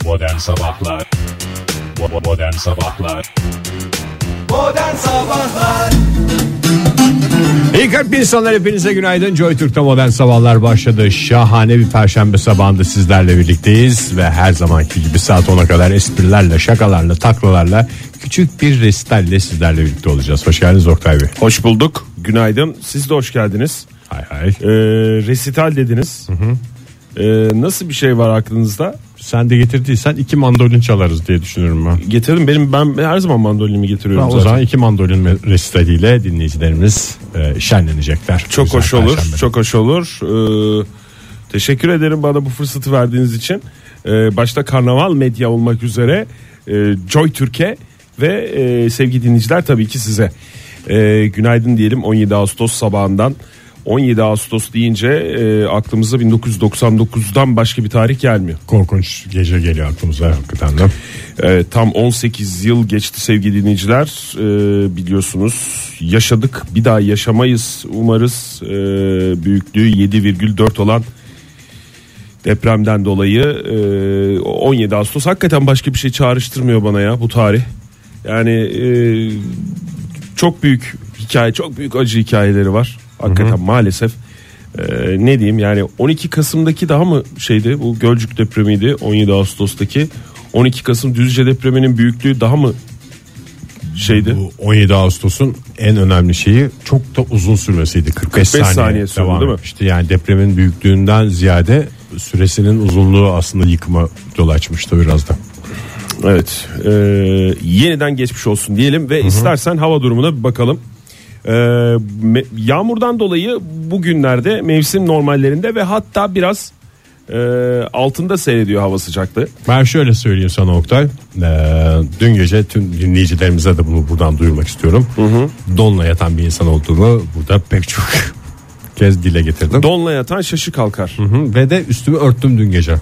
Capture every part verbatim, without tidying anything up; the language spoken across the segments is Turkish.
Modern Sabahlar Modern Sabahlar Modern Sabahlar İyi kalp insanlar, hepinize günaydın. Joy Türk'te Modern Sabahlar başladı. Şahane bir perşembe sabahında sizlerle birlikteyiz. Ve her zamanki gibi saat ona kadar esprilerle, şakalarla, taklalarla, küçük bir resitalle sizlerle birlikte olacağız. Hoş geldiniz Oktay Bey. Hoş bulduk, günaydın. Siz de hoş geldiniz. Hay hay. Ee, resital dediniz. Hı hı. Ee, nasıl bir şey var aklınızda? Sen de getirdiysen iki mandolin çalarız diye düşünüyorum ben. Getirdim, benim ben her zaman mandolinimi getiriyorum Ha, o zaten. zaman iki mandolin resitaliyle dinleyicilerimiz e, şenlenecekler. Çok Güzel hoş olur, perşembe. çok hoş olur. Ee, teşekkür ederim bana bu fırsatı verdiğiniz için. Ee, başta Karnaval Medya olmak üzere e, Joy Türkiye ve e, sevgili dinleyiciler, tabii ki size e, günaydın diyelim. on yedi Ağustos sabahından. on yedi Ağustos deyince e, aklımıza bin dokuz yüz doksan dokuzdan başka bir tarih gelmiyor. Korkunç gece geliyor aklımıza hakikaten de. E, tam on sekiz yıl geçti sevgili dinleyiciler. E, biliyorsunuz yaşadık, bir daha yaşamayız umarız. E, büyüklüğü yedi virgül dört olan depremden dolayı e, on yedi Ağustos hakikaten başka bir şey çağrıştırmıyor bana ya bu tarih. Yani e, çok büyük hikaye, çok büyük acı hikayeleri var. Hakikaten, hı hı, maalesef ee, ne diyeyim yani, on iki Kasım'daki daha mı şeydi, bu Gölcük depremiydi, on yedi Ağustos'taki on iki Kasım Düzce depreminin büyüklüğü daha mı şeydi? Bu on yedi Ağustos'un en önemli şeyi çok da uzun sürmesiydi. kırk beş, kırk beş saniye, saniye sürdü, devam değil mi? etmişti. Yani depremin büyüklüğünden ziyade süresinin uzunluğu aslında yıkıma yol açmıştı biraz da. Evet, e, yeniden geçmiş olsun diyelim ve, hı hı, istersen hava durumuna bir bakalım. Ee, me- yağmurdan dolayı bugünlerde mevsim normallerinde ve hatta biraz e, altında seyrediyor hava sıcaklığı. Ben şöyle söyleyeyim sana Oktay. Ee, dün gece tüm dinleyicilerimize de bunu buradan duyurmak istiyorum. Hı hı. Donla yatan bir insan olduğumu burada pek çok kez dile getirdim. Donla yatan şaşı kalkar. Hı hı. Ve de üstümü örttüm dün gece.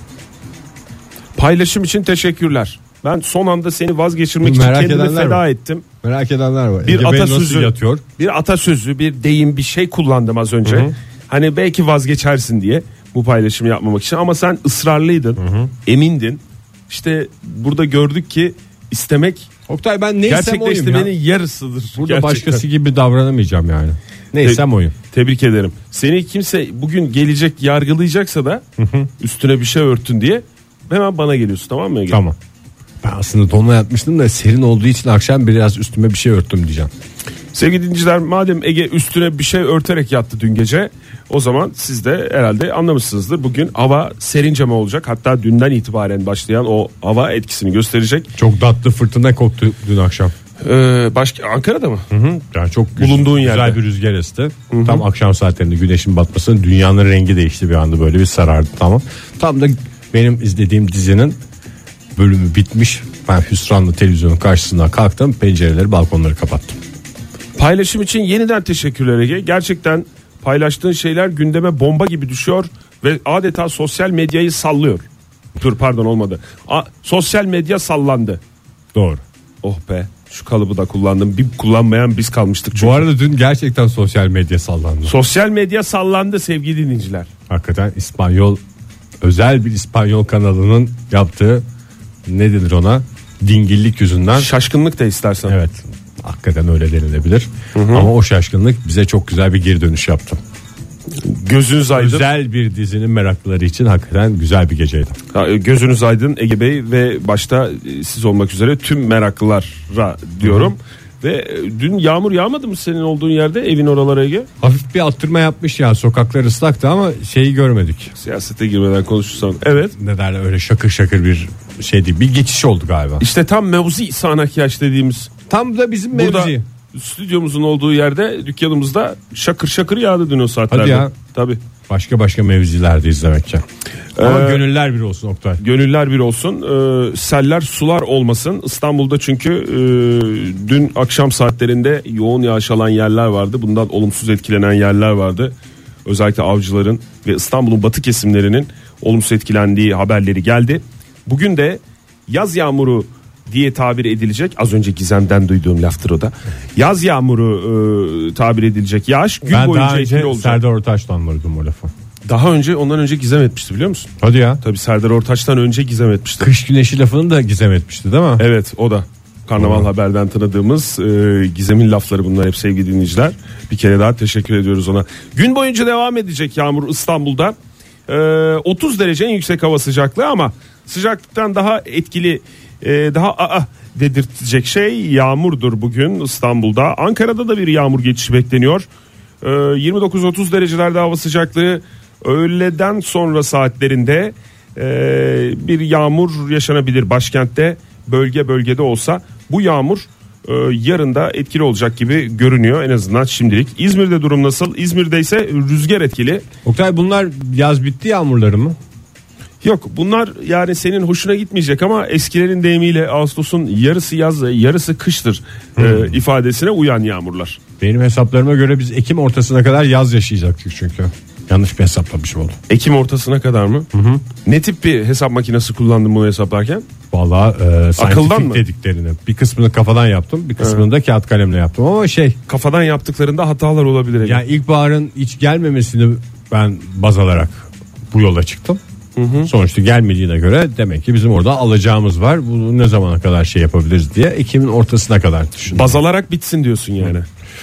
Paylaşım için teşekkürler. Ben son anda seni vazgeçirmek için Merak kendimi feda var. ettim. Merak edenler var. Bir Ege Bey atasözü nasıl yatıyor? Bir atasözü, bir deyim, bir şey kullandım az önce. Hı hı. Hani belki vazgeçersin diye bu paylaşımı yapmamak için, ama sen ısrarlıydın. Hı hı. Emindin. İşte burada gördük ki istemek Oktay, ben neysem oyum ya. gerçekleştirmenin yarısıdır. Burada gerçekten. başkası gibi davranamayacağım yani. Neysem oyum. Tebrik ederim. Seni kimse bugün gelecek yargılayacaksa da hı hı, üstüne bir şey örtün diye hemen bana geliyorsun, tamam mı Ege? Tamam. Ben aslında donla yatmıştım da serin olduğu için akşam biraz üstüme bir şey örttüm diyeceğim. Sevgili dinleyiciler, madem Ege üstüne bir şey örterek yattı dün gece, o zaman siz de herhalde anlamışsınızdır. Bugün hava serince mi olacak? Hatta dünden itibaren başlayan o hava etkisini gösterecek. Çok tatlı fırtına koptu dün akşam. Ee, başka Ankara'da mı? Hı hı. Yani çok bulunduğun güzel, yerde güzel bir rüzgar esti. Hı hı. Tam akşam saatlerinde güneşin batmasının dünyanın rengi değişti bir anda, böyle bir sarardı, tamam. Tam da benim izlediğim dizinin bölümü bitmiş. Ben hüsranlı televizyonun karşısından kalktım, pencereleri, balkonları kapattım. Paylaşım için yeniden teşekkürler Ege. Gerçekten paylaştığın şeyler gündeme bomba gibi düşüyor ve adeta sosyal medyayı sallıyor. Dur pardon, olmadı. A- sosyal medya sallandı. Doğru. Oh be, şu kalıbı da kullandım. Bir kullanmayan biz kalmıştık çünkü. Bu arada dün gerçekten sosyal medya sallandı. Sosyal medya sallandı sevgili dinleyiciler. Hakikaten İspanyol, özel bir İspanyol kanalının yaptığı, ne denir ona, dingillik yüzünden. Şaşkınlık da istersen. Evet, hakikaten öyle denilebilir. Hı hı. Ama o şaşkınlık bize çok güzel bir geri dönüş yaptı. Gözünüz aydın. Özel bir dizinin meraklıları için hakikaten güzel bir geceydi. Ha, gözünüz aydın Ege Bey ve başta siz olmak üzere tüm meraklılara diyorum. Hı hı. Ve dün yağmur yağmadı mı senin olduğun yerde, evin oralara Ege? Hafif bir attırma yapmış ya, sokaklar ıslaktı ama şeyi görmedik. Siyasete girmeden konuşursam. Evet. Ne derler, öyle şakır şakır bir şey değil, bir geçiş oldu galiba. İşte tam mevzi sağanakyaş dediğimiz. Tam da bizim burada, mevzi. stüdyomuzun olduğu yerde, dükkanımızda şakır şakır yağdı dün o saatlerde. Hadi ya. Tabii. Başka başka mevzilerdeyiz demek ki. Ama ee, gönüller bir olsun Oktay. Gönüller bir olsun. Ee, seller sular olmasın. İstanbul'da çünkü e, dün akşam saatlerinde yoğun yağış alan yerler vardı. Bundan olumsuz etkilenen yerler vardı. Özellikle avcıların ve İstanbul'un batı kesimlerinin olumsuz etkilendiği haberleri geldi. Bugün de yaz yağmuru diye tabir edilecek, az önce Gizem'den duyduğum laftır o da. Yaz yağmuru e, tabir edilecek yağış gün ben boyunca etkili olacak. Serdar Ortaç'tan duydum o lafı. Daha önce ondan önce Gizem etmişti biliyor musun? Hadi ya. Tabii Serdar Ortaç'tan önce Gizem etmişti. Kış güneşi lafını da Gizem etmişti değil mi? Evet, o da. Karnaval Doğru. Haber'den tanıdığımız e, Gizem'in lafları bunlar hep sevgili dinleyiciler. Bir kere daha teşekkür ediyoruz ona. Gün boyunca devam edecek yağmur İstanbul'da. E, otuz derece en yüksek hava sıcaklığı ama sıcaklıktan daha etkili, e, daha aa dedirtecek şey yağmurdur bugün İstanbul'da. Ankara'da da bir yağmur geçişi bekleniyor. E, yirmi dokuz otuz derecelerde hava sıcaklığı, öğleden sonra saatlerinde e, bir yağmur yaşanabilir başkentte. Bölge bölgede olsa bu yağmur e, yarın da etkili olacak gibi görünüyor en azından şimdilik. İzmir'de durum nasıl? İzmir'de ise rüzgar etkili. Oktay, bunlar yaz bitti yağmurları mı? Yok, bunlar yani senin hoşuna gitmeyecek ama eskilerin deyimiyle Ağustos'un yarısı yaz yarısı kıştır hmm. e, ifadesine uyan yağmurlar. Benim hesaplarıma göre biz Ekim ortasına kadar yaz yaşayacaktık çünkü. Yanlış bir hesaplamışım oldu. Ekim ortasına kadar mı? Hı hı. Ne tip bir hesap makinesi kullandın bunu hesaplarken? Vallahi e, scientific dediklerini. Bir kısmını kafadan yaptım, bir kısmını evet. da kağıt kalemle yaptım ama şey. Kafadan yaptıklarında hatalar olabilir. Yani ilkbaharın hiç gelmemesini ben baz alarak bu yola çıktım. Hı hı. Sonuçta gelmediğine göre demek ki bizim orada alacağımız var. Bunu ne zamana kadar şey yapabiliriz diye Ekim'in ortasına kadar düşündüm. Baz alarak bitsin diyorsun yani.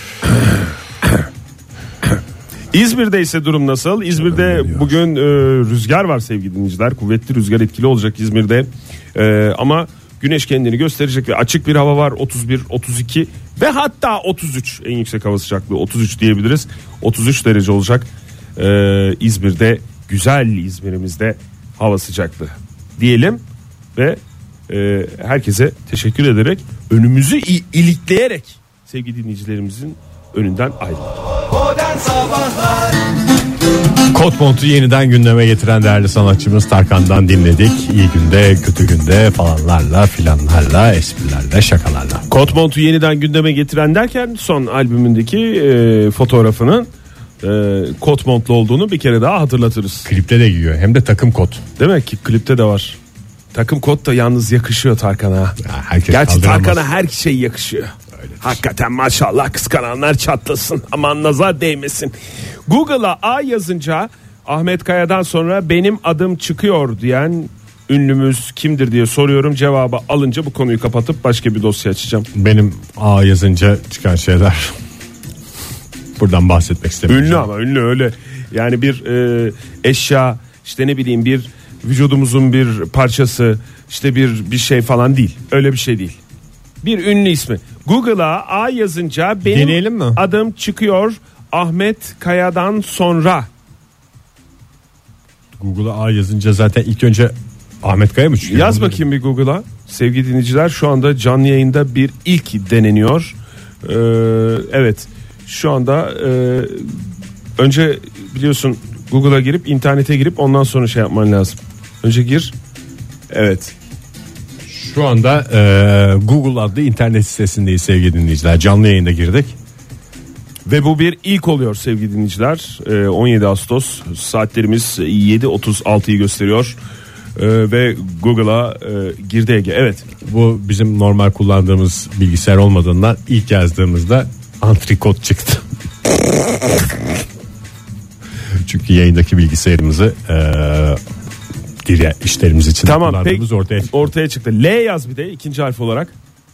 İzmir'de ise durum nasıl? İzmir'de bugün e, rüzgar var sevgili dinleyiciler. Kuvvetli rüzgar etkili olacak İzmir'de. E, ama güneş kendini gösterecek ve açık bir hava var. otuz bir otuz iki ve hatta otuz üç en yüksek hava sıcaklığı otuz üç diyebiliriz. otuz üç derece olacak e, İzmir'de, güzel İzmir'imizde hava sıcaklığı diyelim ve e, herkese teşekkür ederek önümüzü ilikleyerek sevgili dinleyicilerimizin önünden ayrıldık. Modern Sabahlar. Kot montu yeniden gündeme getiren değerli sanatçımız Tarkan'dan dinledik. İyi günde, kötü günde falanlarla filanlarla, esprilerle, şakalarla. Kot montu yeniden gündeme getiren derken son albümündeki e, fotoğrafının e, kot montlu olduğunu bir kere daha hatırlatırız. Klipte de giyiyor, hem de takım kot. Demek ki klipte de var. Takım kot da yalnız yakışıyor Tarkan'a. Gerçi Tarkan'a her şey yakışıyor. Öyledir. Hakikaten maşallah, kıskananlar çatlasın, aman nazar değmesin. Google'a A yazınca Ahmet Kaya'dan sonra benim adım çıkıyor diyen ünlümüz kimdir diye soruyorum. Cevabı alınca bu konuyu kapatıp başka bir dosya açacağım. Benim A yazınca çıkan şeyler buradan bahsetmek istemiyorum. Ünlü ama ünlü öyle yani bir e, eşya, işte ne bileyim bir vücudumuzun bir parçası, işte bir bir şey falan değil, öyle bir şey değil. Bir ünlü ismi. Google'a A yazınca benim adım çıkıyor Ahmet Kaya'dan sonra. Google'a A yazınca zaten ilk önce Ahmet Kaya mı çıkıyor? Yaz bakayım bir Google'a. Sevgili dinleyiciler, şu anda canlı yayında bir ilk deneniyor. Ee, evet şu anda e, önce biliyorsun Google'a girip internete girip ondan sonra şey yapman lazım. Önce gir. Evet. Şu anda e, Google adlı internet sitesindeyiz sevgili dinleyiciler. Canlı yayında girdik. Ve bu bir ilk oluyor sevgili dinleyiciler. E, on yedi Ağustos, saatlerimiz yedi otuz altıyı gösteriyor. E, ve Google'a e, girdi Ege. Evet. Bu bizim normal kullandığımız bilgisayar olmadığından ilk yazdığımızda antrikot çıktı. Çünkü yayındaki bilgisayarımızı e, diğer işlerimiz için tamam, kullandığımız ortaya çıktı. Ortaya çıktı. L yaz bir de ikinci harf olarak.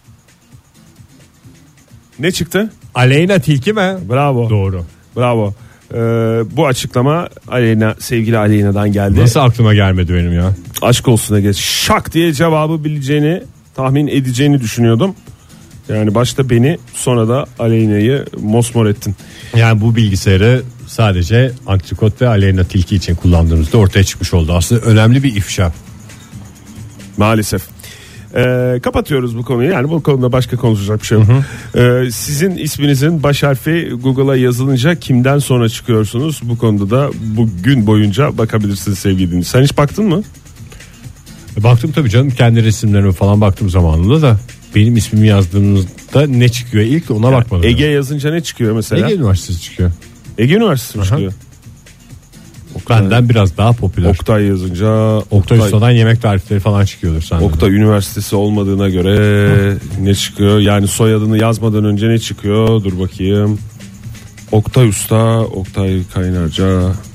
Ne çıktı? Aleyna Tilki mi? Bravo. Doğru. Bravo. Ee, bu açıklama Aleyna, sevgili Aleyna'dan geldi. Nasıl aklıma gelmedi benim ya? Aşk olsun Ege. Şak diye cevabı bileceğini, tahmin edeceğini düşünüyordum. Yani başta beni, sonra da Aleyna'yı mosmor ettin. Yani bu bilgisayarı sadece antrikot ve Aleyna Tilki için kullandığımızda ortaya çıkmış oldu. Aslında önemli bir ifşa. Maalesef. Ee, kapatıyoruz bu konuyu. Yani bu konuda başka konuşacak bir şey yok. Ee, sizin isminizin baş harfi Google'a yazılınca kimden sonra çıkıyorsunuz? Bu konuda da bugün boyunca bakabilirsiniz sevgili dinleyiciler. Sen hiç baktın mı? Baktım tabii canım, kendi resimlerime falan baktım zamanında da. Benim ismimi yazdığımızda ne çıkıyor ilk, ona yani bakmadım. Ege yani. Yazınca ne çıkıyor mesela? Ege Üniversitesi çıkıyor. Ege Üniversitesi mi çıkıyor? Oktay. Benden biraz daha popüler. Oktay yazınca Oktay, Oktay Usta'dan yemek tarifleri falan çıkıyordur sende. Oktay de. Üniversitesi olmadığına göre Hı. ne çıkıyor? Yani soyadını yazmadan önce ne çıkıyor? Dur bakayım. Oktay Usta, Oktay Kaynarca.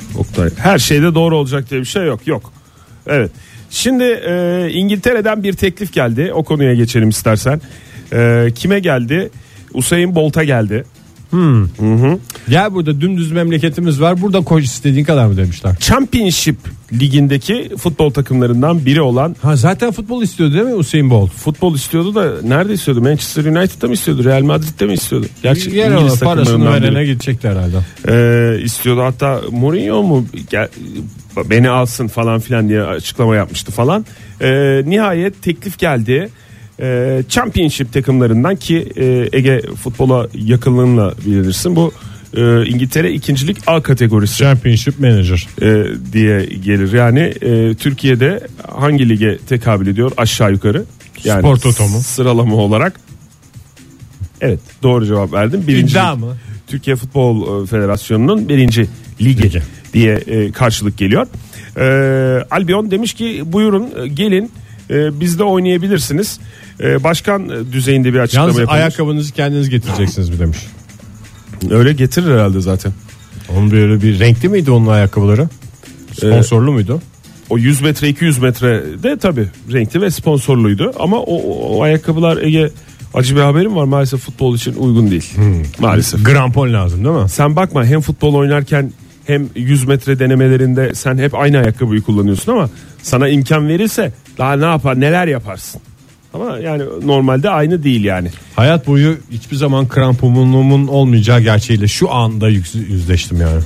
Oktay, her şeyde doğru olacak diye bir şey yok. Yok. Evet. Şimdi e, İngiltere'den bir teklif geldi. O konuya geçelim istersen. E, kime geldi? Usain Bolt'a geldi. Hmm. Hı hı. Ya burada dümdüz memleketimiz var. Burada koş istediğin kadar mı demişler. Championship ligindeki futbol takımlarından biri olan. Ha zaten futbol istiyordu değil mi Usain Bolt? Futbol istiyordu da nerede istiyordu? Manchester United'da mı istiyordu? Real Madrid'de mi istiyordu? Gerçi İngiliz parasını verene gidecekti herhalde. Ee, istiyordu hatta Mourinho mu gel, beni alsın falan filan diye açıklama yapmıştı falan. Ee, nihayet teklif geldi. Ee, Championship takımlarından ki e, Ege futbola yakınlığınla bilirsin. Bu e, İngiltere ikincilik A kategorisi. Championship Manager e, diye gelir. Yani e, Türkiye'de hangi lige tekabül ediyor aşağı yukarı? Yani Spor Toto mu? Sıralama olarak. Evet, doğru cevap verdim. Birinci İddia mı? Türkiye Futbol Federasyonu'nun birinci ligi, ligi. diye e, karşılık geliyor. E, Albion demiş ki buyurun gelin e, bizde oynayabilirsiniz. E, başkan düzeyinde bir açıklama yapmış. yapmış. Ayakkabınızı kendiniz getireceksiniz mi demiş. Öyle getirir herhalde zaten. Onun böyle bir renkli miydi onun ayakkabıları? Sponsorlu ee, muydu? O yüz metre iki yüz metre de tabii renkli ve sponsorluydu. Ama o, o, o ayakkabılar Ege, acı bir haberim var, maalesef futbol için uygun değil. Hmm. Maalesef. Krampon lazım değil mi? Sen bakma, hem futbol oynarken hem yüz metre denemelerinde sen hep aynı ayakkabıyı kullanıyorsun ama sana imkan verirse daha ne yapar, neler yaparsın. Ama yani normalde aynı değil yani. Hayat boyu hiçbir zaman kramponumun olmayacağı gerçeğiyle şu anda yüzleştim yani.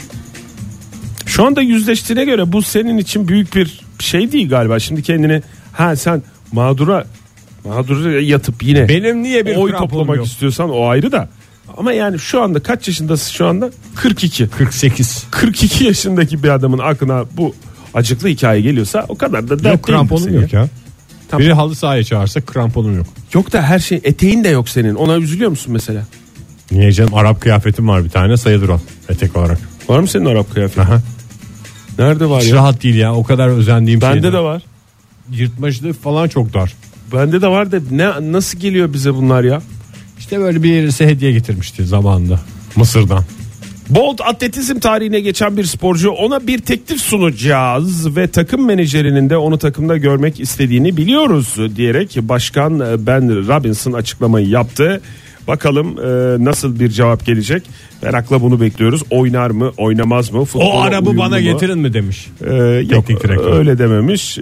Şu anda yüzleştiğine göre bu senin için büyük bir şey değil galiba. Şimdi kendini ha sen mağdura mağdura yatıp yine benim niye bir oy toplamak yok istiyorsan o ayrı da. Ama yani şu anda kaç yaşındasın şu anda? kırk iki. kırk sekiz. kırk iki yaşındaki bir adamın aklına bu acıklı hikaye geliyorsa o kadar da dert değil. Yok, kramponum yok ya. Tamam. Biri halı sahaya çağırsa kramponum yok. Yok da her şey, eteğin de yok senin. Ona üzülüyor musun mesela? Niye canım, Arap kıyafetim var bir tane, sayılır o etek olarak. Var mı senin Arap kıyafetin? Aha. Nerede var Hiç ya? rahat değil ya, o kadar özendiğim şey. Bende şeyden. de var. Yırtmacılığı falan çok dar. Bende de var da ne, nasıl geliyor bize bunlar ya? İşte böyle birisi hediye getirmişti zamanında Mısır'dan. Bolt atletizm tarihine geçen bir sporcu, ona bir teklif sunacağız ve takım menajerinin de onu takımda görmek istediğini biliyoruz diyerek Başkan Ben Robinson açıklamayı yaptı. Bakalım e, nasıl bir cevap gelecek. Merakla bunu bekliyoruz. Oynar mı, oynamaz mı? Futbola o arabı bana mu? Getirin mi demiş. Ee, yok öyle dememiş. Ee,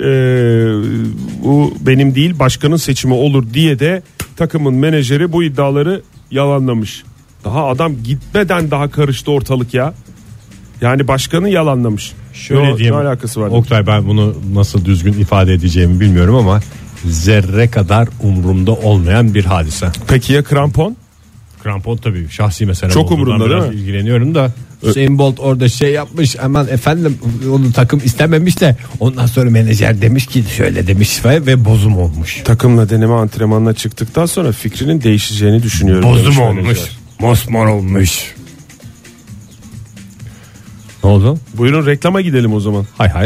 bu benim değil, başkanın seçimi olur diye de takımın menajeri bu iddiaları yalanlamış. Daha adam gitmeden daha karıştı ortalık ya. Yani başkanı yalanlamış. Şöyle Yo, diyeyim. Ne alakası var? Oktay, ben bunu nasıl düzgün ifade edeceğimi bilmiyorum ama zerre kadar umurumda olmayan bir hadise. Peki ya krampon? Krampon tabii şahsi mesele. Çok umurumda değil mi? İlgileniyorum da Usain Bolt orada şey yapmış, aman efendim onu takım istememiş de ondan sonra menajer demiş ki şöyle demiş ve, ve bozum olmuş. Takımla deneme antrenmanına çıktıktan sonra fikrinin değişeceğini düşünüyorum. Bozum olmuş. Menajer. Mosmor olmuş. Ne oldu? Buyurun reklama gidelim o zaman. Hay hay.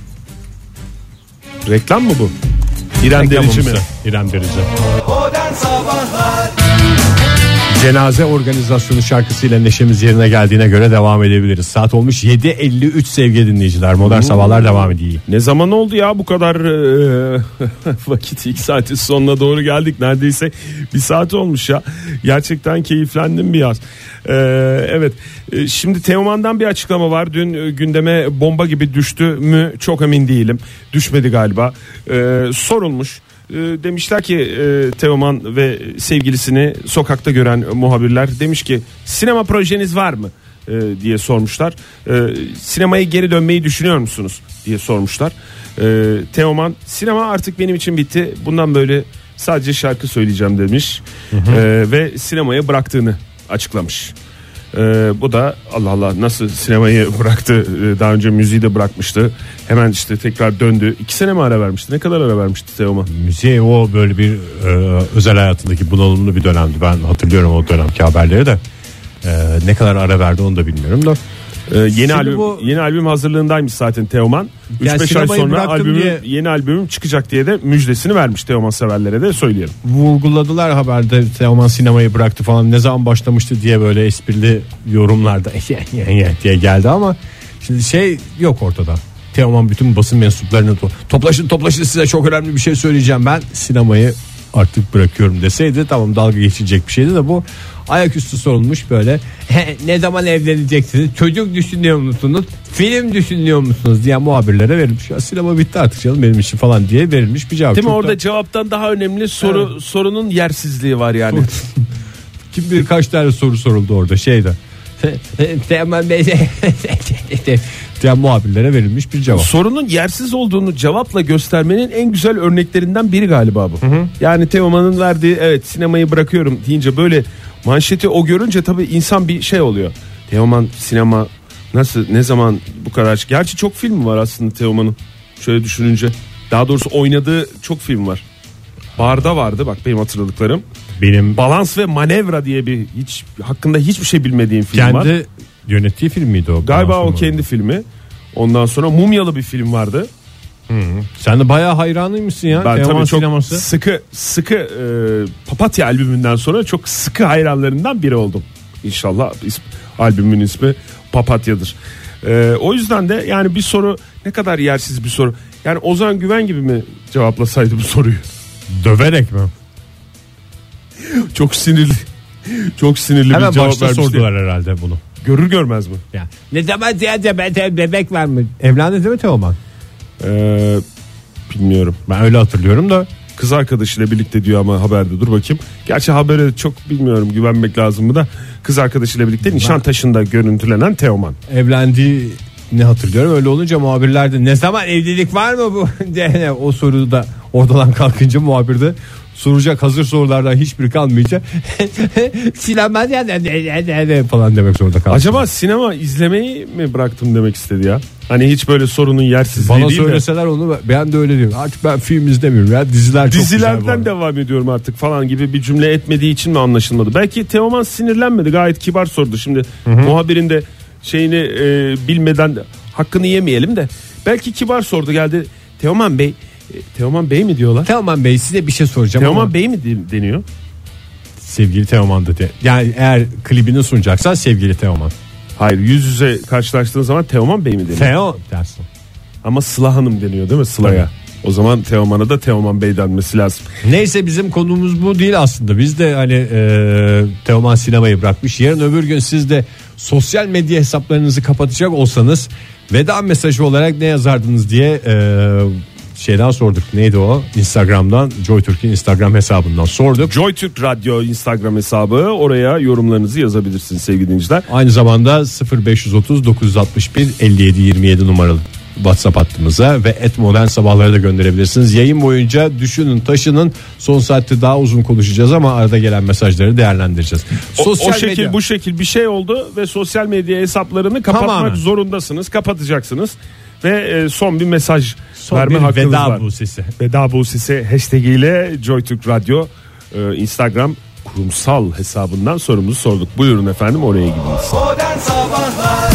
Reklam mı bu? İrem Derici mi? İrem Derici. Modern Sabahlar. Cenaze organizasyonu şarkısıyla neşemiz yerine geldiğine göre devam edebiliriz. Saat olmuş yedi elli üç sevgili dinleyiciler. Modern Oo. Sabahlar devam ediyor. Ne zaman oldu ya bu kadar e, vakit, ilk saatin sonuna doğru geldik. Neredeyse bir saat olmuş ya. Gerçekten keyiflendim biraz. E, evet. E, şimdi Teoman'dan bir açıklama var. Dün e, gündeme bomba gibi düştü mü çok emin değilim. Düşmedi galiba. E, sorulmuş. Demişler ki e, Teoman ve sevgilisini sokakta gören muhabirler demiş ki sinema projeniz var mı e, diye sormuşlar. E, sinemaya geri dönmeyi düşünüyor musunuz diye sormuşlar. E, Teoman sinema artık benim için bitti, bundan böyle sadece şarkı söyleyeceğim demiş. Hı hı. E, ve sinemayı bıraktığını açıklamış. Ee, bu da Allah Allah nasıl sinemayı bıraktı, ee, daha önce müziği de bırakmıştı, hemen işte tekrar döndü. İki sene mi ara vermişti, ne kadar ara vermişti Teoman? Müziğe o böyle bir e, özel hayatındaki bunalımlı bir dönemdi, ben hatırlıyorum o dönemki haberleri de. E, ne kadar ara verdi onu da bilmiyorum da. Ee, yeni albüm bu, yeni albüm hazırlığındaymış zaten Teoman. üç beş ay sonra albümü diye, yeni albümüm çıkacak diye de müjdesini vermiş Teoman severlere de söyleyelim. Vurguladılar haberde, Teoman sinemayı bıraktı falan, ne zaman başlamıştı diye böyle esprili yorumlarda diye geldi ama Şimdi şey yok ortada. Teoman bütün basın mensuplarını to- toplaşın toplaşın size çok önemli bir şey söyleyeceğim, ben sinemayı artık bırakıyorum deseydi tamam, dalga geçilecek bir şeydi de bu ayaküstü sorulmuş böyle. Ne zaman evleneceksiniz, çocuk düşünüyor musunuz, film düşünüyor musunuz diye muhabirlere verilmiş. Ya sinema bitti artık canım benim için falan diye verilmiş bir cevap. Değil mi? Çok Orada da... cevaptan daha önemli soru, evet. sorunun yersizliği var yani. Kim bilir kaç tane soru soruldu orada şeyde. Teoman Bey diye muhabirlere verilmiş bir cevap. Sorunun yersiz olduğunu cevapla göstermenin en güzel örneklerinden biri galiba bu. Hı hı. Yani Teoman'ın verdiği evet sinemayı bırakıyorum deyince böyle manşeti o görünce tabii insan bir şey oluyor. Teoman sinema nasıl, ne zaman bu kadar? Gerçi çok film var aslında Teoman'ın. Şöyle düşününce. Daha doğrusu oynadığı çok film var. Barda vardı bak benim hatırladıklarım. Benim Balans ve Manevra diye bir hiç hakkında hiçbir şey bilmediğim film kendi var. Kendi yönettiği film miydi o? Galiba o kendi var. Filmi. Ondan sonra Mumyalı bir film vardı. Hı hı. Sen de bayağı hayranıymışsın ya. Ben Teoman tabii çok sineması. sıkı sıkı e, Papatya albümünden sonra çok sıkı hayranlarından biri oldum. İnşallah ism, albümün ismi Papatya'dır. E, o yüzden de yani bir soru ne kadar yersiz bir soru. Yani Ozan Güven gibi mi cevaplasaydı bu soruyu? Döverek mi? Çok sinirli. Çok sinirli hemen bir cevap başta vermişti. Sordular herhalde bunu. Görür görmez mi? Ya. Ne zaman diyece ben bebek var mı? Evlendi değil mi Teoman? Ee, bilmiyorum. Ben öyle hatırlıyorum da. Kız arkadaşıyla birlikte diyor ama haberde, dur bakayım. Gerçi habere çok bilmiyorum, güvenmek lazım mı da. Kız arkadaşıyla birlikte Nişantaşı'nda görüntülenen Teoman. Evlendiği ne hatırlıyorum, öyle olunca muhabirler de ne zaman evlilik var mı bu diye o soruyu da ortadan kalkınca muhabir de soracak hazır sorulardan hiçbiri kalmayınca sinema ya falan demek zorunda kaldı. Acaba sinema izlemeyi mi bıraktım demek istedi ya? Hani hiç böyle sorunun yersizliği bana değil söyleseler de. Onu ben de öyle diyorum. Artık ben film izlemiyorum ya, diziler çok dizilerden güzel devam ediyorum artık falan gibi bir cümle etmediği için mi anlaşılmadı? Belki Teoman sinirlenmedi, gayet kibar sordu. Şimdi hı hı. muhabirin de şeyini e, bilmeden hakkını yemeyelim de belki kibar sordu, geldi Teoman Bey. Teoman Bey mi diyorlar? Teoman Bey size bir şey soracağım. Teoman ama... Bey mi deniyor? Sevgili Teoman da de. Yani eğer klibini sunacaksan sevgili Teoman. Hayır, yüz yüze karşılaştığın zaman Teoman Bey mi deniyor? Teo dersin. Ama Sıla Hanım deniyor değil mi Sıla'ya? Evet. O zaman Teoman'a da Teoman Bey denmesi lazım. Neyse bizim konumuz bu değil aslında. Biz de hani e, Teoman sinemayı bırakmış. Yarın öbür gün siz de sosyal medya hesaplarınızı kapatacak olsanız veda mesajı olarak ne yazardınız diye e, şeyden sorduk. Neydi o? Instagram'dan, JoyTürk'ün Instagram hesabından sorduk. JoyTürk Radyo Instagram hesabı, oraya yorumlarınızı yazabilirsiniz sevgili dinleyiciler. Aynı zamanda sıfır beş otuz dokuz altmış bir elli yedi yirmi yedi numaralı WhatsApp hattımıza ve et modern sabahları da gönderebilirsiniz. Yayın boyunca düşünün taşının, son saatte daha uzun konuşacağız ama arada gelen mesajları değerlendireceğiz. O, sosyal o şekil medya. Bu şekil bir şey oldu ve sosyal medya hesaplarını kapatmak Tamamen. zorundasınız. Kapatacaksınız ve son bir mesaj son verme bir hakkınız veda var. Bu sesi. Veda bu sesi hashtag ile JoyTürk Radyo Instagram kurumsal hesabından sorumuzu sorduk. Buyurun efendim, oraya gidiniz. Modern Sabahlar.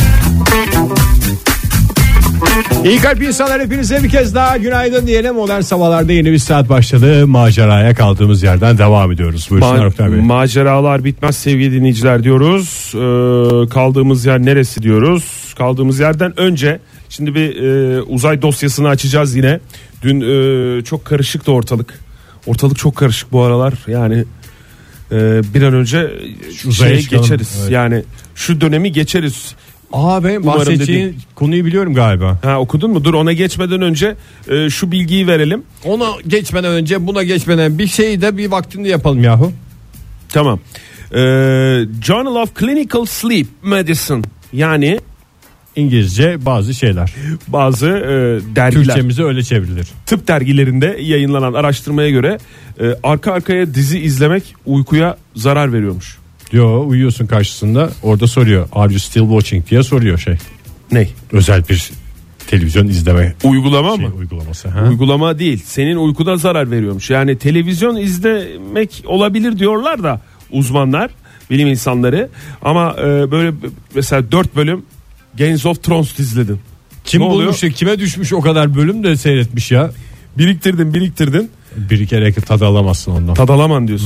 İyi kalp insanlar, hepinize bir kez daha günaydın diyelim. Modern Sabahlar'da yeni bir saat başladı. Maceraya kaldığımız yerden devam ediyoruz. Buyursunlar Oktay Bey. Maceralar bitmez sevgili dinleyiciler diyoruz. Ee, kaldığımız yer neresi diyoruz. Kaldığımız yerden önce şimdi bir e, uzay dosyasını açacağız yine. Dün e, çok karışıktı ortalık. Ortalık çok karışık bu aralar. Yani e, bir an önce şu şeye geçeriz. Evet. Yani şu dönemi geçeriz. Aa, ben bahsedeceğin konuyu biliyorum galiba. Ha, okudun mu? Dur, ona geçmeden önce e, şu bilgiyi verelim. Ona geçmeden önce, buna geçmeden bir şeyi de bir vaktinde yapalım yahu. Tamam. Ee, Journal of Clinical Sleep Medicine, yani İngilizce bazı şeyler. Bazı e, dergiler. Türkçemize öyle çevrilir. Tıp dergilerinde yayınlanan araştırmaya göre e, arka arkaya dizi izlemek uykuya zarar veriyormuş. Yo, uyuyorsun karşısında, orada soruyor are you still watching diye soruyor şey. Ne? Özel bir televizyon izleme uygulama şey, mı? Uygulaması. Ha? Uygulama değil. Senin uykuda zarar veriyormuş. Yani televizyon izlemek olabilir diyorlar da uzmanlar, bilim insanları. Ama e, böyle mesela dört bölüm Games of Thrones izledin. Kim bulmuş ya, kime düşmüş o kadar bölüm de seyretmiş ya. Biriktirdin biriktirdin. Bir kere tad alamazsın ondan. Tad alaman diyorsun. Hı-hı.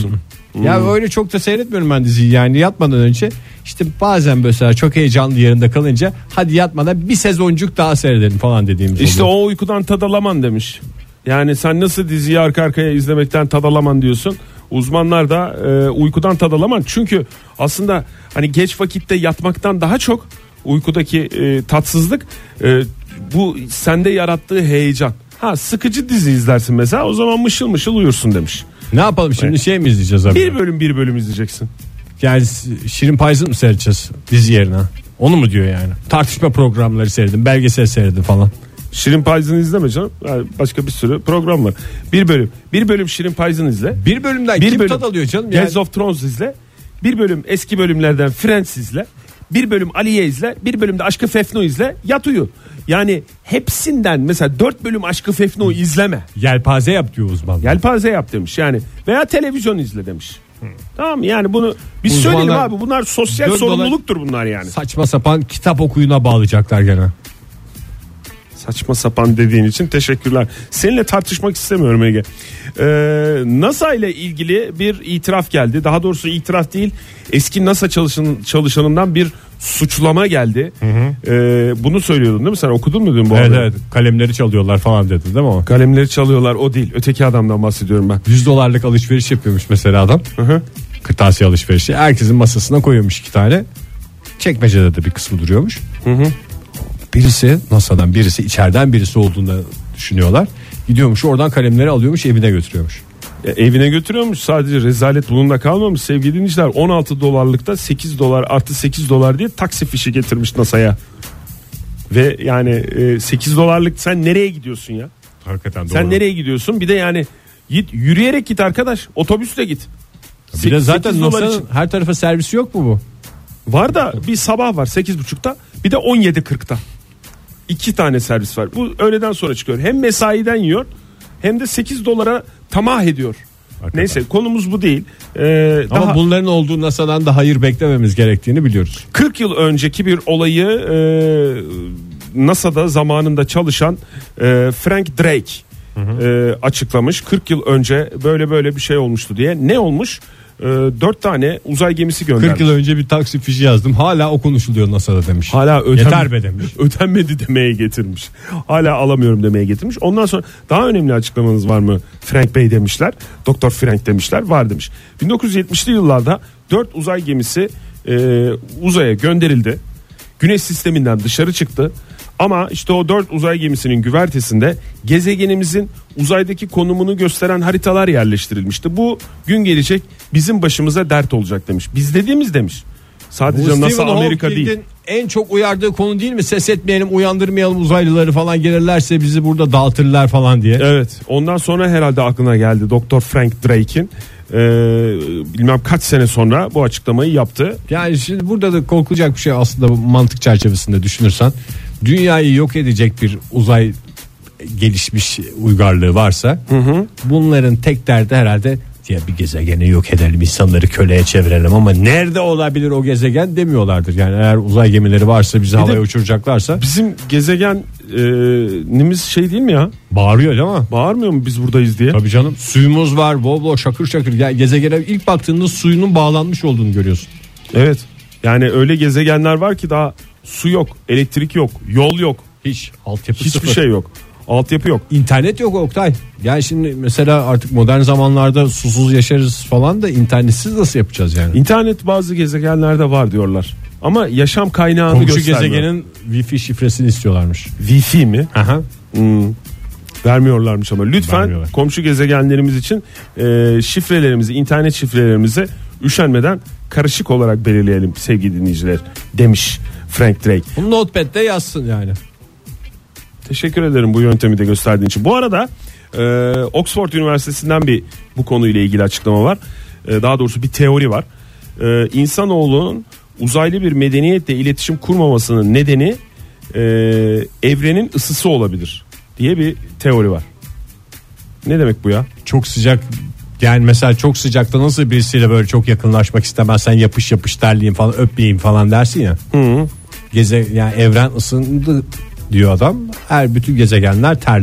Ya öyle çok da seyretmiyorum ben diziyi, yani yatmadan önce işte bazen mesela çok heyecanlı yerinde kalınca hadi yatmadan bir sezoncuk daha seyredelim falan dediğimiz İşte oluyor. o uykudan tad alaman demiş. Yani sen nasıl diziyi arka arkaya izlemekten tad alaman diyorsun. Uzmanlar da e, uykudan tad alaman. Çünkü aslında hani geç vakitte yatmaktan daha çok uykudaki e, tatsızlık e, bu sende yarattığı heyecan. Ha, sıkıcı dizi izlersin mesela, o zaman mışıl mışıl uyursun demiş. Ne yapalım şimdi, şey mi izleyeceğiz abi? Bir bölüm bir bölüm izleyeceksin. Yani Şirin Payzın mı seyredeceğiz dizi yerine? Onu mu diyor yani? Tartışma programları seyredin, belgesel seyredin falan. Şirin Payzın'ı izleme canım. Yani başka bir sürü program var. Bir bölüm. Bir bölüm Şirin Payzın izle. Bir bölümden bir kim bölüm tad alıyor canım? Games Yani... of Thrones izle. Bir bölüm eski bölümlerden Friends izle. Bir bölüm Aliye izle. Bir bölümde Aşkı Fefno izle. Yat uyu. Yani hepsinden mesela dört bölüm Aşkı Fefno'yu izleme. Yelpaze yap diyor uzman. Yelpaze yap demiş yani. Veya televizyon izle demiş. Hmm. Tamam, yani bunu biz Uzmanlar, söyleyelim abi, bunlar sosyal sorumluluktur bunlar yani. Saçma sapan kitap okuyuna bağlayacaklar gene. Saçma sapan dediğin için teşekkürler. Seninle tartışmak istemiyorum Ege. Ee, NASA ile ilgili bir itiraf geldi. Daha doğrusu itiraf değil, eski NASA çalışan, çalışanından bir suçlama geldi. Hı hı. Ee, bunu söylüyordun değil mi? Sen okudun mu dün bu evet, arada? Evet, kalemleri çalıyorlar falan dedi değil mi o? Kalemleri çalıyorlar, o değil. Öteki adamdan bahsediyorum ben. yüz dolarlık alışveriş yapıyormuş mesela adam. Hı hı. Kırtasiye alışverişi. Herkesin masasına koyuyormuş iki tane. Çekmecede de bir kısmı duruyormuş. Hı hı. Birisi NASA'dan birisi, içeriden birisi olduğunu düşünüyorlar. Gidiyormuş oradan kalemleri alıyormuş, evine götürüyormuş. E, evine götürüyormuş, sadece rezalet bununla kalmamış sevgili dinleyiciler. on altı dolarlıkta sekiz dolar artı sekiz dolar diye taksi fişi getirmiş NASA'ya. Ve yani e, sekiz dolarlık, sen nereye gidiyorsun ya? Hakikaten doğru. Sen nereye gidiyorsun? Bir de yani git, yürüyerek git arkadaş, otobüsle git. Bir de zaten NASA'nın her tarafa servisi yok mu bu? Var da bir sabah var sekiz buçukta, bir de on yedi kırkta. İki tane servis var. Bu öğleden sonra çıkıyor. Hem mesaiden yiyor hem de sekiz dolara tamah ediyor. Hakikaten. Neyse, konumuz bu değil. Ee, Ama daha... bunların olduğu NASA'dan da hayır beklememiz gerektiğini biliyoruz. kırk yıl önceki bir olayı e, NASA'da zamanında çalışan e, Frank Drake hı hı. E, açıklamış. kırk yıl önce böyle böyle bir şey olmuştu diye. Ne olmuş? dört tane uzay gemisi göndermiş. kırk yıl önce bir taksi fişi yazdım. Hala o konuşuluyor NASA'da demiş. Hala öden, yeter be demiş. Ödenmedi demeye getirmiş. Hala alamıyorum demeye getirmiş. Ondan sonra daha önemli açıklamanız var mı Frank Bey demişler. Doktor Frank demişler. Var demiş. bin dokuz yüz yetmişli yıllarda dört uzay gemisi e, uzaya gönderildi. Güneş sisteminden dışarı çıktı. Ama işte o dört uzay gemisinin güvertesinde gezegenimizin uzaydaki konumunu gösteren haritalar yerleştirilmişti. Bu gün gelecek, bizim başımıza dert olacak demiş. Biz dediğimiz demiş. Sadece Bu NASA Stephen Amerika Hawking'in değil. En çok uyardığı konu değil mi? Ses etmeyelim, uyandırmayalım, uzaylıları falan gelirlerse bizi burada dağıtırlar falan diye. Evet, ondan sonra herhalde aklına geldi Doktor Frank Drake'in. Ee, bilmem kaç sene sonra bu açıklamayı yaptı. Yani şimdi burada da korkulacak bir şey aslında, bu mantık çerçevesinde düşünürsen. Dünyayı yok edecek bir uzay gelişmiş uygarlığı varsa hı hı. bunların tek derdi herhalde ya bir gezegeni yok edelim, insanları köleye çevirelim, ama nerede olabilir o gezegen demiyorlardır. Yani eğer uzay gemileri varsa, bizi bir havaya uçuracaklarsa. Bizim gezegenimiz şey değil mi ya? Bağırıyor değil mi? Bağırmıyor mu biz buradayız diye? Tabii canım, suyumuz var bol bol, şakır şakır. Yani gezegene ilk baktığında suyunun bağlanmış olduğunu görüyorsun. Evet, yani öyle gezegenler var ki daha su yok, elektrik yok, yol yok. Hiç altyapı Hiçbir sıfır. şey yok. Altyapı yok. İnternet yok Oktay. Yani şimdi mesela artık modern zamanlarda susuz yaşarız falan da internetsiz nasıl yapacağız yani? İnternet bazı gezegenlerde var diyorlar. Ama yaşam kaynağını Komşu göstermiyor. gezegenin Wi-Fi şifresini istiyorlarmış. Wi-Fi mi? Aha. Hmm. Vermiyorlarmış ama lütfen komşu gezegenlerimiz için e, şifrelerimizi, internet şifrelerimizi üşenmeden karışık olarak belirleyelim sevgili dinleyiciler demiş Frank Drake. Bunu notepad'de yazsın yani. Teşekkür ederim bu yöntemi de gösterdiğin için. Bu arada e, Oxford Üniversitesi'nden bir bu konuyla ilgili açıklama var. E, daha doğrusu bir teori var. E, insanoğlunun uzaylı bir medeniyetle iletişim kurmamasının nedeni e, evrenin ısısı olabilir diye bir teori var. Ne demek bu ya? Çok sıcak. Yani mesela çok sıcakta nasıl birisiyle böyle çok yakınlaşmak istemezsen yapış yapış terleyeyim falan, öpeyim falan dersin ya. Hı. Geze yani evren ısındı diyor adam. Her bütün gezegenler terli.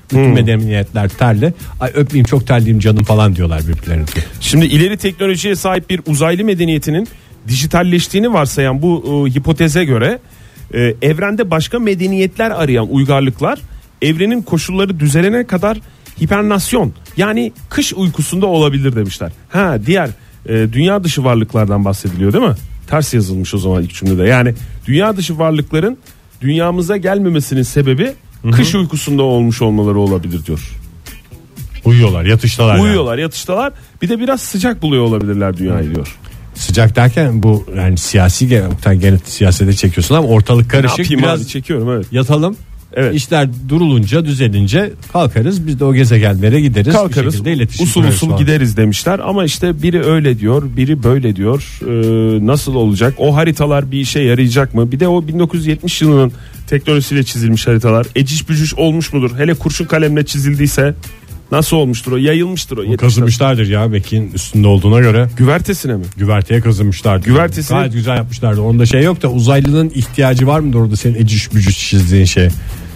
Bütün Hmm. medeniyetler terli. Ay öpmeyeyim çok terliyim canım falan diyorlar birbirlerine. Şimdi ileri teknolojiye sahip bir uzaylı medeniyetinin dijitalleştiğini varsayan bu e, hipoteze göre e, evrende başka medeniyetler arayan uygarlıklar evrenin koşulları düzelene kadar hibernasyon yani kış uykusunda olabilir demişler. Ha diğer e, dünya dışı varlıklardan bahsediliyor değil mi? Ters yazılmış o zaman ilk cümlede. Yani dünya dışı varlıkların dünyamıza gelmemesinin sebebi Hı-hı. kış uykusunda olmuş olmaları olabilir diyor. Uyuyorlar, yatıştalar. Uyuyorlar, yani. yatıştalar. Bir de biraz sıcak buluyor olabilirler dünyayı diyor. Sıcak derken bu yani siyasi gene, gene siyasete çekiyorsun ama ortalık karışık. Biraz abi, çekiyorum evet. Yatalım. Evet. İşler durulunca düzelince kalkarız biz de o gezegenlere gideriz. Kalkarız usul usul falan. Gideriz demişler ama işte biri öyle diyor biri böyle diyor. Ee, nasıl olacak o haritalar bir işe yarayacak mı? Bir de o bin dokuz yüz yetmiş yılının teknolojisiyle çizilmiş haritalar eciş bücüş olmuş mudur? Hele kurşun kalemle çizildiyse nasıl olmuştur o yayılmıştır o. o kazımışlardır ya Bekir'in üstünde olduğuna göre. Güvertesine mi? Güverteye kazımışlardır. Güvertesine. Gayet güzel yapmışlardı onda şey yok da uzaylının ihtiyacı var mıdır orada senin eciş bücüş çizdiğin şey.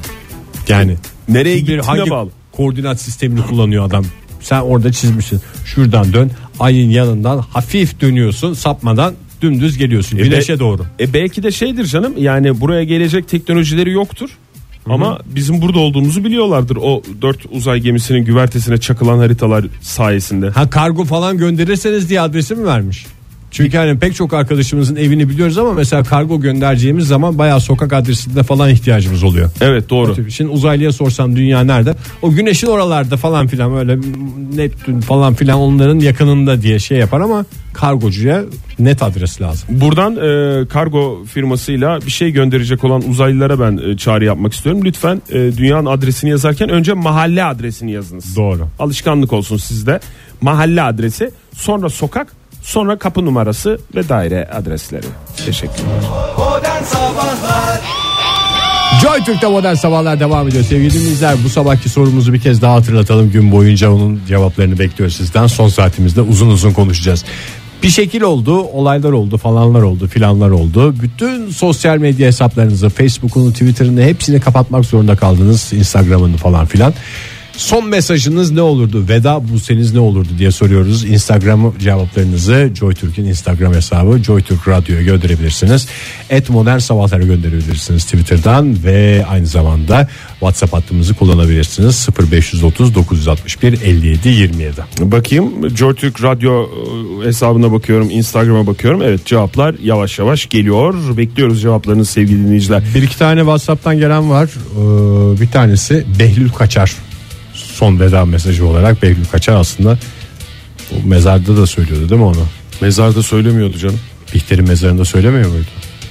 Yani nereye bir gittiğine hangi bağlı. Koordinat sistemini kullanıyor adam. Sen orada çizmişsin. Şuradan dön. Ayın yanından hafif dönüyorsun. Sapmadan dümdüz geliyorsun. E Güneşe be, doğru. E belki de şeydir canım. Yani buraya gelecek teknolojileri yoktur. Hı-hı. Ama bizim burada olduğumuzu biliyorlardır. O dört uzay gemisinin güvertesine çakılan haritalar sayesinde. Ha kargo falan gönderirseniz diye adresi mi vermiş? Çünkü hani pek çok arkadaşımızın evini biliyoruz ama mesela kargo göndereceğimiz zaman bayağı sokak adresinde falan ihtiyacımız oluyor. Evet doğru. Şimdi uzaylıya sorsam dünya nerede? O güneşin oralarda falan filan öyle Neptün falan filan onların yakınında diye şey yapar ama kargocuya net adres lazım. Buradan e, kargo firmasıyla bir şey gönderecek olan uzaylılara ben e, çağrı yapmak istiyorum. Lütfen e, dünyanın adresini yazarken önce mahalle adresini yazınız. Doğru. Alışkanlık olsun sizde. Mahalle adresi, sonra sokak, sonra kapı numarası ve daire adresleri. Teşekkürler. Modern Sabahlar. Joy Türk'te Modern Sabahlar devam ediyor sevgili dinleyiciler. Bu sabahki sorumuzu bir kez daha hatırlatalım. Gün boyunca onun cevaplarını bekliyoruz sizden. Son saatimizde uzun uzun konuşacağız. Bir şekil oldu, olaylar oldu, falanlar oldu, filanlar oldu. Bütün sosyal medya hesaplarınızı, Facebook'unu, Twitter'ını hepsini kapatmak zorunda kaldınız. Instagram'ını falan filan. Son mesajınız ne olurdu? Veda bulseniz ne olurdu diye soruyoruz. Instagram cevaplarınızı JoyTürk'ün Instagram hesabı JoyTürk Radyo'ya gönderebilirsiniz. Et Modern Sabahlar'a gönderebilirsiniz Twitter'dan ve aynı zamanda WhatsApp hattımızı kullanabilirsiniz. sıfır beş otuz dokuz altmış bir elli yedi yirmi yedi. Bakayım JoyTürk Radyo hesabına bakıyorum, Instagram'a bakıyorum. Evet cevaplar yavaş yavaş geliyor. Bekliyoruz cevaplarınızı sevgili dinleyiciler. Bir iki tane WhatsApp'tan gelen var. Ee, bir tanesi Behlül Kaçar. Son veda mesajı olarak Behlül Kaçar aslında o mezarda da söylüyordu değil mi onu? Mezarda söylemiyordu canım. Bihter'in mezarında söylemiyor muydu?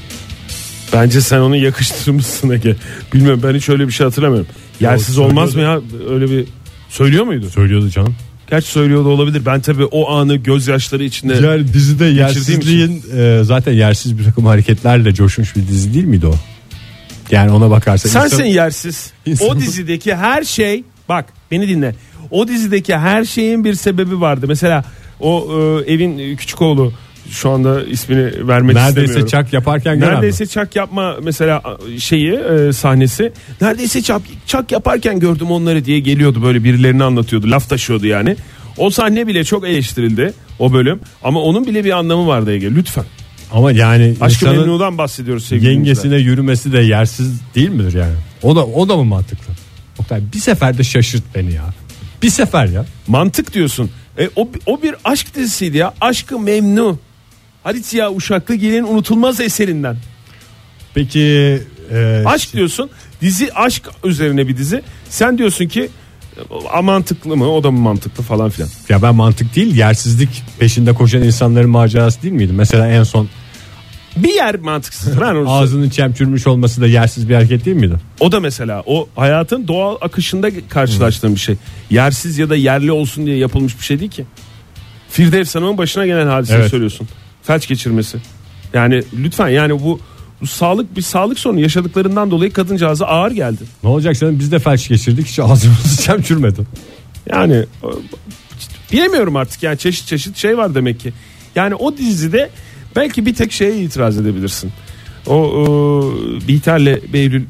Bence sen onu yakıştırmışsın Ege. Bilmiyorum ben hiç öyle bir şey hatırlamıyorum. Yersiz o, olmaz mı ya öyle bir söylüyor muydu? Söylüyordu canım. Gerçi söylüyordu olabilir. Ben tabii o anı gözyaşları içinde. Yani dizide yersizliğin e, zaten yersiz bir takım hareketlerle coşmuş bir dizi değil miydi o? Yani ona bakarsak. Sensin insan, yersiz. insan... O dizideki her şey bak beni dinle. O dizideki her şeyin bir sebebi vardı. Mesela o e, evin küçük oğlu şu anda ismini vermek neredeyse istemiyorum. Neredeyse çak yaparken Neredeyse çak yapma mesela şeyi e, sahnesi. Neredeyse çak, çak yaparken gördüm onları diye geliyordu böyle birilerini anlatıyordu. Laf taşıyordu yani. O sahne bile çok eleştirildi o bölüm. Ama onun bile bir anlamı vardı Ege lütfen. Ama yani Aşk-ı Memnu'dan bahsediyoruz sevgili yengesine dinleyiciler. yürümesi de yersiz değil midir yani? O da o da mı mantıklı? Oktay bir seferde şaşırt beni ya. Bir sefer ya. Mantık diyorsun. E, o, o bir aşk dizisiydi ya. Aşk-ı Memnu. Halit Ziya Uşaklıgil'in unutulmaz eserinden. Peki e, aşk diyorsun. Dizi aşk üzerine bir dizi. Sen diyorsun ki a, mantıklı mı? O da mı mantıklı falan filan. Ya ben mantık değil yersizlik peşinde koşan insanların macerası değil miydi? Mesela en son bir yer mantıksız. Ağzının çemçürmüş olması da yersiz bir hareket değil miydi? O da mesela o hayatın doğal akışında karşılaştığım bir şey. Yersiz ya da yerli olsun diye yapılmış bir şey değil ki. Firdevs Hanım'ın başına gelen hadiseyi evet. söylüyorsun. Felç geçirmesi. Yani lütfen yani bu, bu sağlık bir sağlık sorunu yaşadıklarından dolayı kadıncağıza ağır geldi. Ne olacak canım biz de felç geçirdik hiç ağzımızı çemçürmedi. Yani bilemiyorum artık yani çeşit çeşit şey var demek ki. Yani o dizide belki bir tek şeye itiraz edebilirsin. O, o Bihter'le Behlül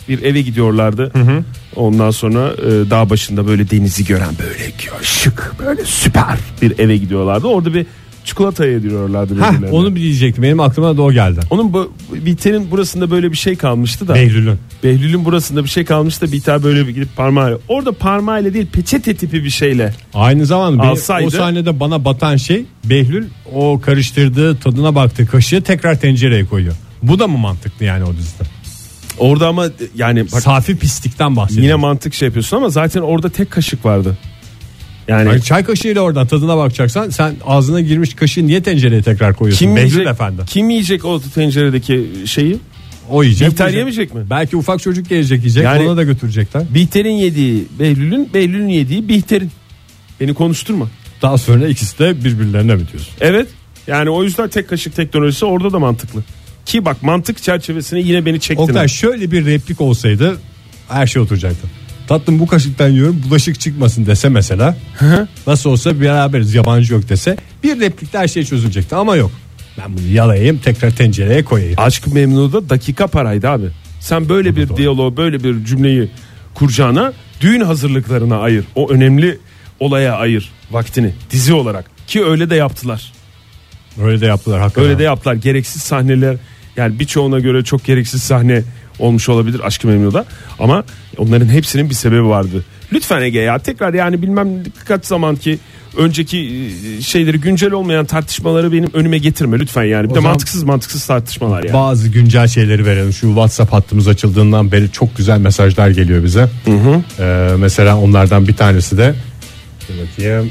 bir eve gidiyorlardı. Hı hı. Ondan sonra e, dağ başında böyle denizi gören böyle şık böyle süper bir eve gidiyorlardı. Orada bir çikolata yediriyorlardı. Heh, onu diyecektim. Benim aklıma da o geldi. Onun bu Bihter'in burasında böyle bir şey kalmıştı da. Behlül'ün. Behlül'ün burasında bir şey kalmıştı da Bihter böyle bir gidip parmağıyla. Orada parmağıyla değil peçete tipi bir şeyle. Aynı zamanda alsaydı, o sahnede bana batan şey Behlül o karıştırdığı tadına baktığı kaşığı tekrar tencereye koyuyor. Bu da mı mantıklı yani o dizide? Orada ama yani bak, safi pislikten bahsediyor. Yine mantık şey yapıyorsun ama zaten orada tek kaşık vardı. Yani, yani çay kaşığıyla oradan tadına bakacaksan sen ağzına girmiş kaşığı niye tencereye tekrar koyuyorsun? Kim Behlül yiyecek, efendi. Kim yiyecek o tenceredeki şeyi? O yiyecek. Bihter yemeyecek mi? Belki ufak çocuk gelecek yiyecek. Yani, ona da götürecekler. Bihter'in yediği Behlül'ün, Behlül'ün yediği Bihter'in. Beni konuşturma. Daha sonra ikisi de birbirlerine mi diyorsun? Evet. Yani o yüzden tek kaşık teknolojisi orada da mantıklı. Ki bak mantık çerçevesine yine beni çektin. Oktay şöyle bir replik olsaydı her şey oturacaktı. Tatlım bu kaşıktan yiyorum bulaşık çıkmasın dese mesela. Nasıl olsa beraberiz yabancı yok dese bir replikte her şey çözülecekti ama yok. Ben bunu yalayayım tekrar tencereye koyayım. Aşk-ı Memnu'da dakika paraydı abi. Sen böyle bu bir doğru. Diyaloğu böyle bir cümleyi kuracağına düğün hazırlıklarına ayır. O önemli olaya ayır vaktini dizi olarak. Ki öyle de yaptılar. Öyle de yaptılar hakikaten. Öyle de yaptılar. Gereksiz sahneler yani birçoğuna göre çok gereksiz sahne olmuş olabilir Aşk-ı Memnu'da ama onların hepsinin bir sebebi vardı. Lütfen Ege ya tekrar yani bilmem kaç zaman ki önceki şeyleri güncel olmayan tartışmaları benim önüme getirme lütfen yani. Bir o de mantıksız mantıksız tartışmalar yani. Bakın güncel şeyleri verelim. Şu WhatsApp hattımız açıldığından beri çok güzel mesajlar geliyor bize. Hı hı. Ee, mesela onlardan bir tanesi de bakayım.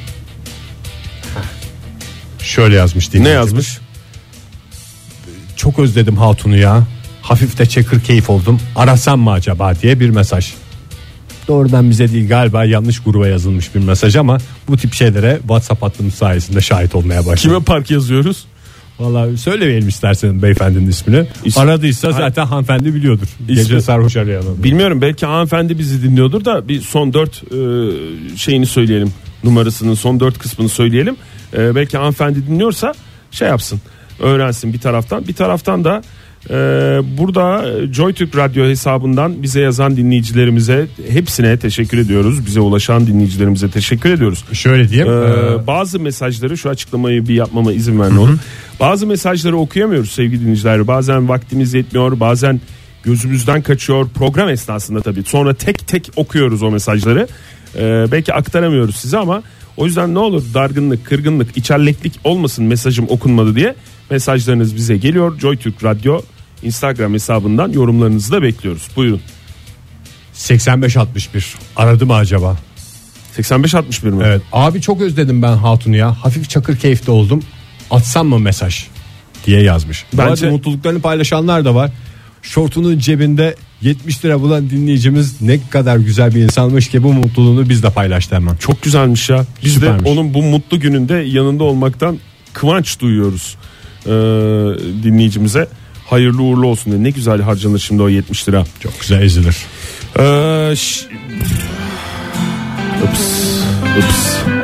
Şöyle yazmış. Ne yazmış? Çok özledim Hatun'u ya. Hafif de çakır keyif oldum. Arasam mı acaba diye bir mesaj. Doğrudan bize değil galiba yanlış gruba yazılmış bir mesaj ama bu tip şeylere WhatsApp hattımız sayesinde şahit olmaya başladık. Kime park yazıyoruz? Vallahi söylemeyelim isterseniz beyefendinin ismini. İsim... Aradıysa zaten hanımefendi biliyordur. İsmi... Gece sarhoş arayan. Bilmiyorum belki hanımefendi bizi dinliyordur da bir son dört e, şeyini söyleyelim. Numarasının son dört kısmını söyleyelim. E, belki hanımefendi dinliyorsa şey yapsın. Öğrensin bir taraftan. Bir taraftan da Ee, burada JoyTürk Radyo hesabından bize yazan dinleyicilerimize hepsine teşekkür ediyoruz. Bize ulaşan dinleyicilerimize teşekkür ediyoruz. Şöyle diyeyim. Ee, ee... Bazı mesajları şu açıklamayı bir yapmama izin verin oğlum. Bazı mesajları okuyamıyoruz sevgili dinleyiciler. Bazen vaktimiz yetmiyor, bazen gözümüzden kaçıyor. Program esnasında tabii. Sonra tek tek okuyoruz o mesajları. Ee, belki aktaramıyoruz size ama o yüzden ne olur dargınlık, kırgınlık, içerleklik olmasın mesajım okunmadı diye mesajlarınız bize geliyor. JoyTürk Radyo Instagram hesabından yorumlarınızı da bekliyoruz. Buyurun. seksen beş altmış bir aradı mı acaba? seksen beş altmış bir mi? Evet. Abi çok özledim ben Hatun'u ya. Hafif çakır keyifte oldum. Atsam mı mesaj diye yazmış. Bence mutluluklarını paylaşanlar da var. Şortunun cebinde yetmiş lira bulan dinleyicimiz ne kadar güzel bir insanmış ki bu mutluluğunu biz de paylaştı hemen. Çok güzelmiş ya. Biz Süpermiş. de onun bu mutlu gününde yanında olmaktan kıvanç duyuyoruz ee, dinleyicimize. Hayırlı uğurlu olsun diye. Ne güzel harcanır şimdi o yetmiş lira. Çok güzel ezilir. Ee, ş- Ups. Ups.